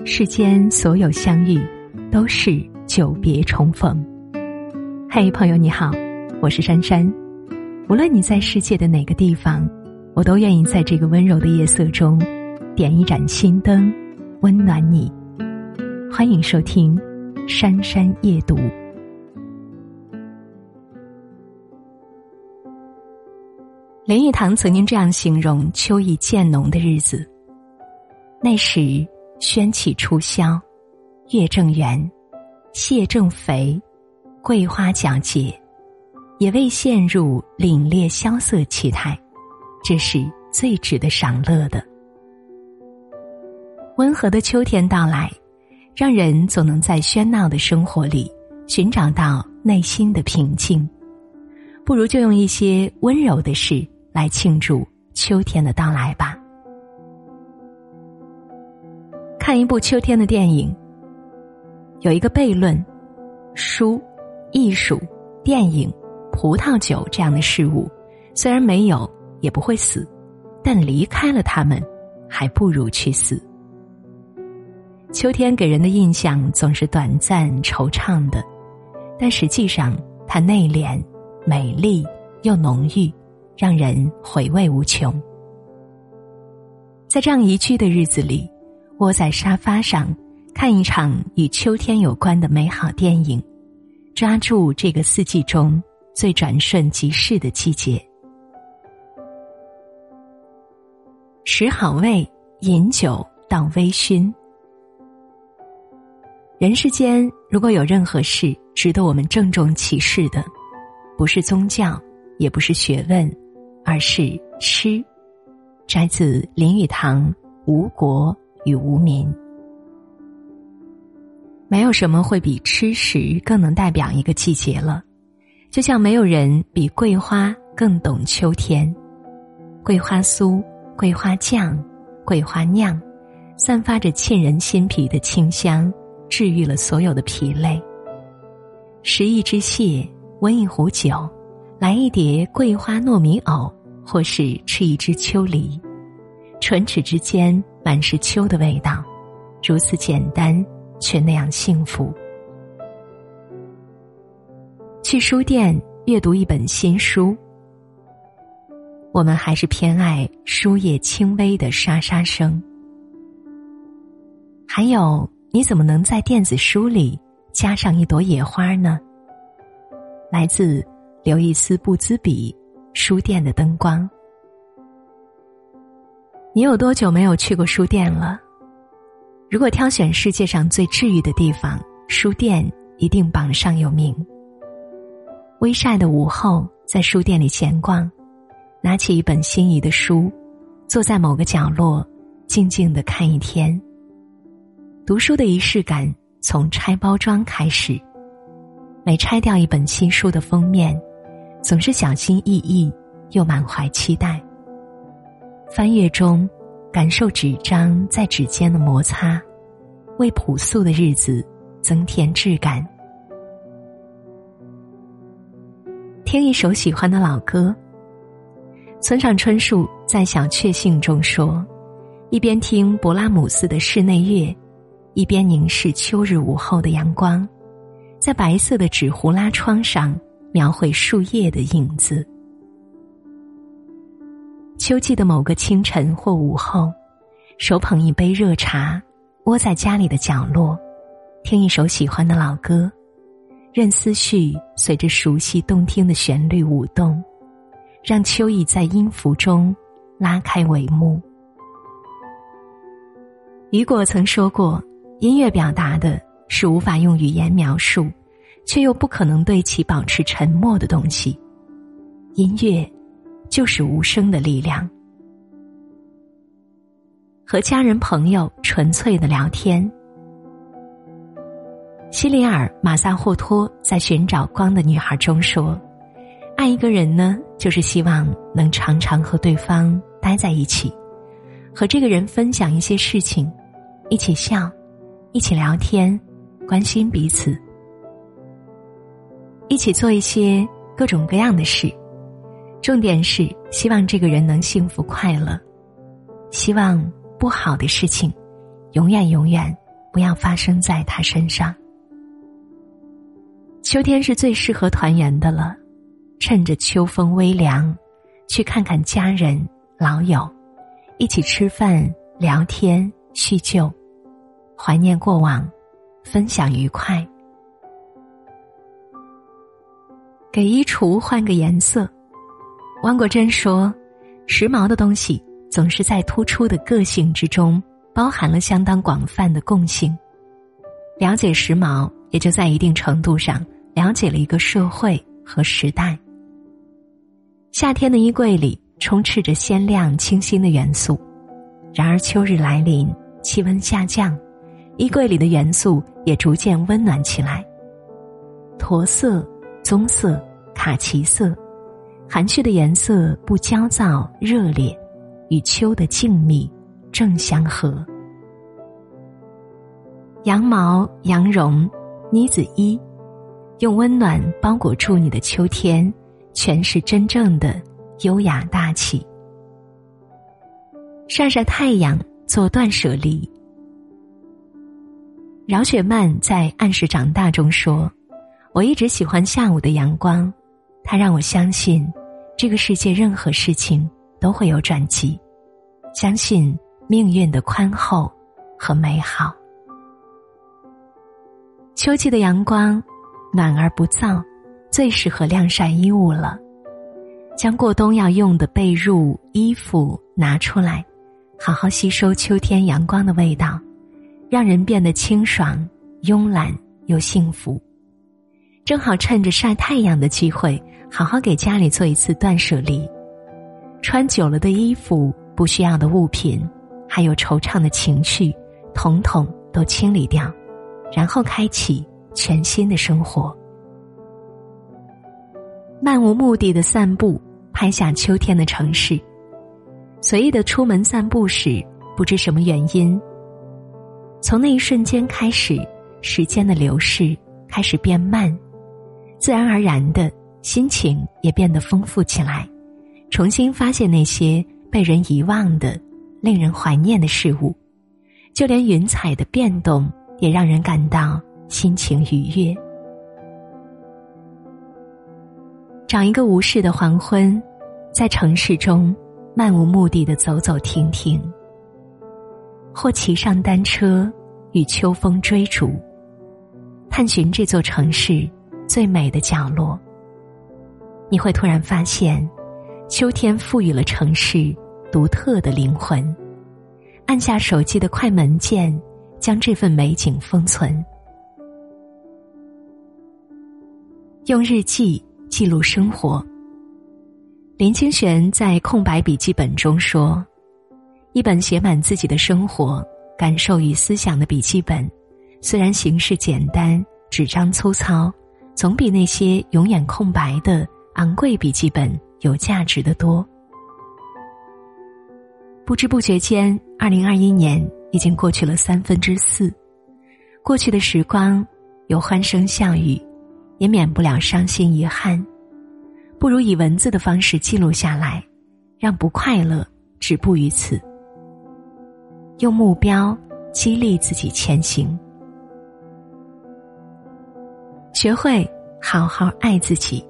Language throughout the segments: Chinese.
世间所有相遇，都是久别重逢。嘿，朋友你好，我是珊珊。无论你在世界的哪个地方，我都愿意在这个温柔的夜色中点一盏心灯，温暖你。欢迎收听珊珊夜读。林语堂曾经这样形容秋意渐浓的日子：那时轩气初消，月正圆，蟹正肥，桂花皎洁，也未陷入凛冽萧瑟气态，这是最值得赏乐的。温和的秋天到来，让人总能在喧闹的生活里寻找到内心的平静，不如就用一些温柔的事来庆祝秋天的到来吧。看一部秋天的电影，有一个悖论：书、艺术、电影、葡萄酒这样的事物，虽然没有也不会死，但离开了它们，还不如去死。秋天给人的印象总是短暂惆怅的，但实际上它内敛、美丽又浓郁，让人回味无穷。在这样宜居的日子里，窝在沙发上看一场与秋天有关的美好电影，抓住这个四季中最转瞬即逝的季节。拾好味，饮酒到微醺。人世间如果有任何事值得我们郑重其事的，不是宗教，也不是学问，而是吃。摘自林语堂《吴国与无民》。没有什么会比吃食更能代表一个季节了，就像没有人比桂花更懂秋天。桂花酥、桂花酱、桂花酿，散发着沁人心脾的清香，治愈了所有的疲累。食一只蟹，温一壶酒，来一碟桂花糯米藕，或是吃一只秋梨，唇齿之间满是秋的味道，如此简单，却那样幸福。去书店阅读一本新书，我们还是偏爱书页轻微的沙沙声。还有，你怎么能在电子书里加上一朵野花呢？来自刘易斯布兹比书店的灯光。你有多久没有去过书店了？如果挑选世界上最治愈的地方，书店一定榜上有名。微晒的午后，在书店里闲逛，拿起一本心仪的书，坐在某个角落，静静地看一天。读书的仪式感从拆包装开始，每拆掉一本新书的封面，总是小心翼翼又满怀期待。翻阅中，感受纸张在指尖的摩擦，为朴素的日子增添质感。听一首喜欢的老歌。村上春树在《小确幸》中说，一边听勃拉姆斯的室内乐，一边凝视秋日午后的阳光，在白色的纸糊拉窗上描绘树叶的影子。秋季的某个清晨或午后，手捧一杯热茶，窝在家里的角落，听一首喜欢的老歌，任思绪随着熟悉动听的旋律舞动，让秋意在音符中拉开帷幕。雨果曾说过，音乐表达的是无法用语言描述，却又不可能对其保持沉默的东西。音乐就是无声的力量。和家人朋友纯粹的聊天。西里尔·马萨霍托在《寻找光的女孩》中说，爱一个人呢，就是希望能常常和对方待在一起，和这个人分享一些事情，一起笑，一起聊天，关心彼此，一起做一些各种各样的事，重点是希望这个人能幸福快乐，希望不好的事情永远不要发生在他身上。秋天是最适合团圆的了，趁着秋风微凉，去看看家人老友，一起吃饭聊天叙旧，怀念过往，分享愉快。给衣橱换个颜色。汪国真说，时髦的东西总是在突出的个性之中包含了相当广泛的共性。了解时髦，也就在一定程度上了解了一个社会和时代。夏天的衣柜里充斥着鲜亮清新的元素，然而秋日来临，气温下降，衣柜里的元素也逐渐温暖起来。驼色、棕色、卡其色，含蓄的颜色不焦躁热烈，与秋的静谧正相合。羊毛、羊绒、呢子衣，用温暖包裹住你的秋天，全是真正的优雅大气。晒晒太阳，做断舍离。饶雪漫在《按时长大》中说，我一直喜欢下午的阳光，它让我相信这个世界任何事情都会有转机，相信命运的宽厚和美好。秋季的阳光暖而不燥，最适合晾晒衣物了。将过冬要用的被褥、衣服拿出来，好好吸收秋天阳光的味道，让人变得清爽、慵懒又幸福。正好趁着晒太阳的机会，好好给家里做一次断舍离。穿久了的衣服、不需要的物品，还有惆怅的情绪，统统都清理掉，然后开启全新的生活。漫无目的的散步，拍下秋天的城市。随意的出门散步时，不知什么原因，从那一瞬间开始，时间的流逝开始变慢，自然而然的心情也变得丰富起来，重新发现那些被人遗忘的、令人怀念的事物，就连云彩的变动也让人感到心情愉悦。找一个无事的黄昏，在城市中漫无目的地走走停停，或骑上单车与秋风追逐，探寻这座城市最美的角落。你会突然发现，秋天赋予了城市独特的灵魂。按下手机的快门键，将这份美景封存。用日记记录生活。林清玄在空白笔记本中说，一本写满自己的生活、感受与思想的笔记本，虽然形式简单、纸张粗糙，总比那些永远空白的昂贵笔记本有价值得多。不知不觉间，2021年已经过去了4/3。过去的时光有欢声笑语，也免不了伤心遗憾。不如以文字的方式记录下来，让不快乐止步于此。用目标激励自己前行。学会好好爱自己。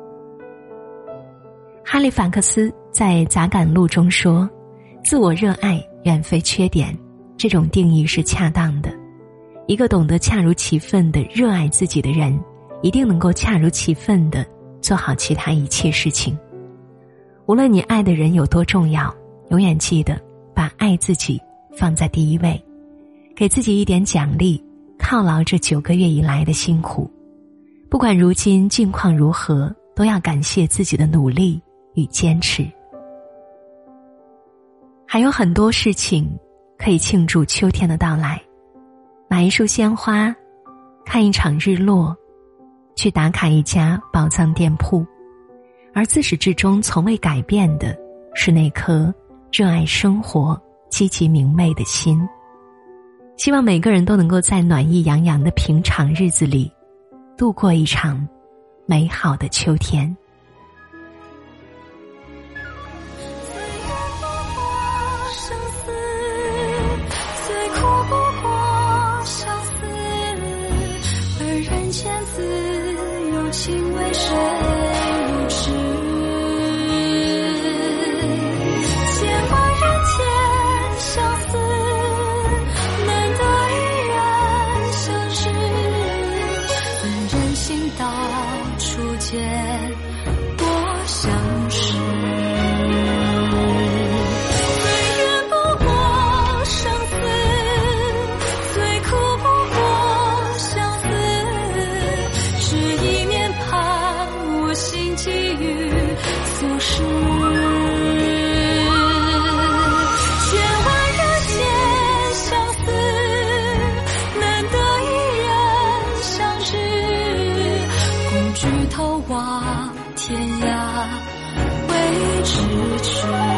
哈利·法克斯在《杂感录》中说，自我热爱远非缺点，这种定义是恰当的。一个懂得恰如其分地热爱自己的人，一定能够恰如其分地做好其他一切事情。无论你爱的人有多重要，永远记得把爱自己放在第一位，给自己一点奖励，犒劳这9个月以来的辛苦。不管如今境况如何，都要感谢自己的努力与坚持。还有很多事情可以庆祝秋天的到来，买一束鲜花，看一场日落，去打卡一家宝藏店铺。而自始至终从未改变的是那颗热爱生活、积极明媚的心。希望每个人都能够在暖意洋洋的平常日子里度过一场美好的秋天。 最苦不过生失去。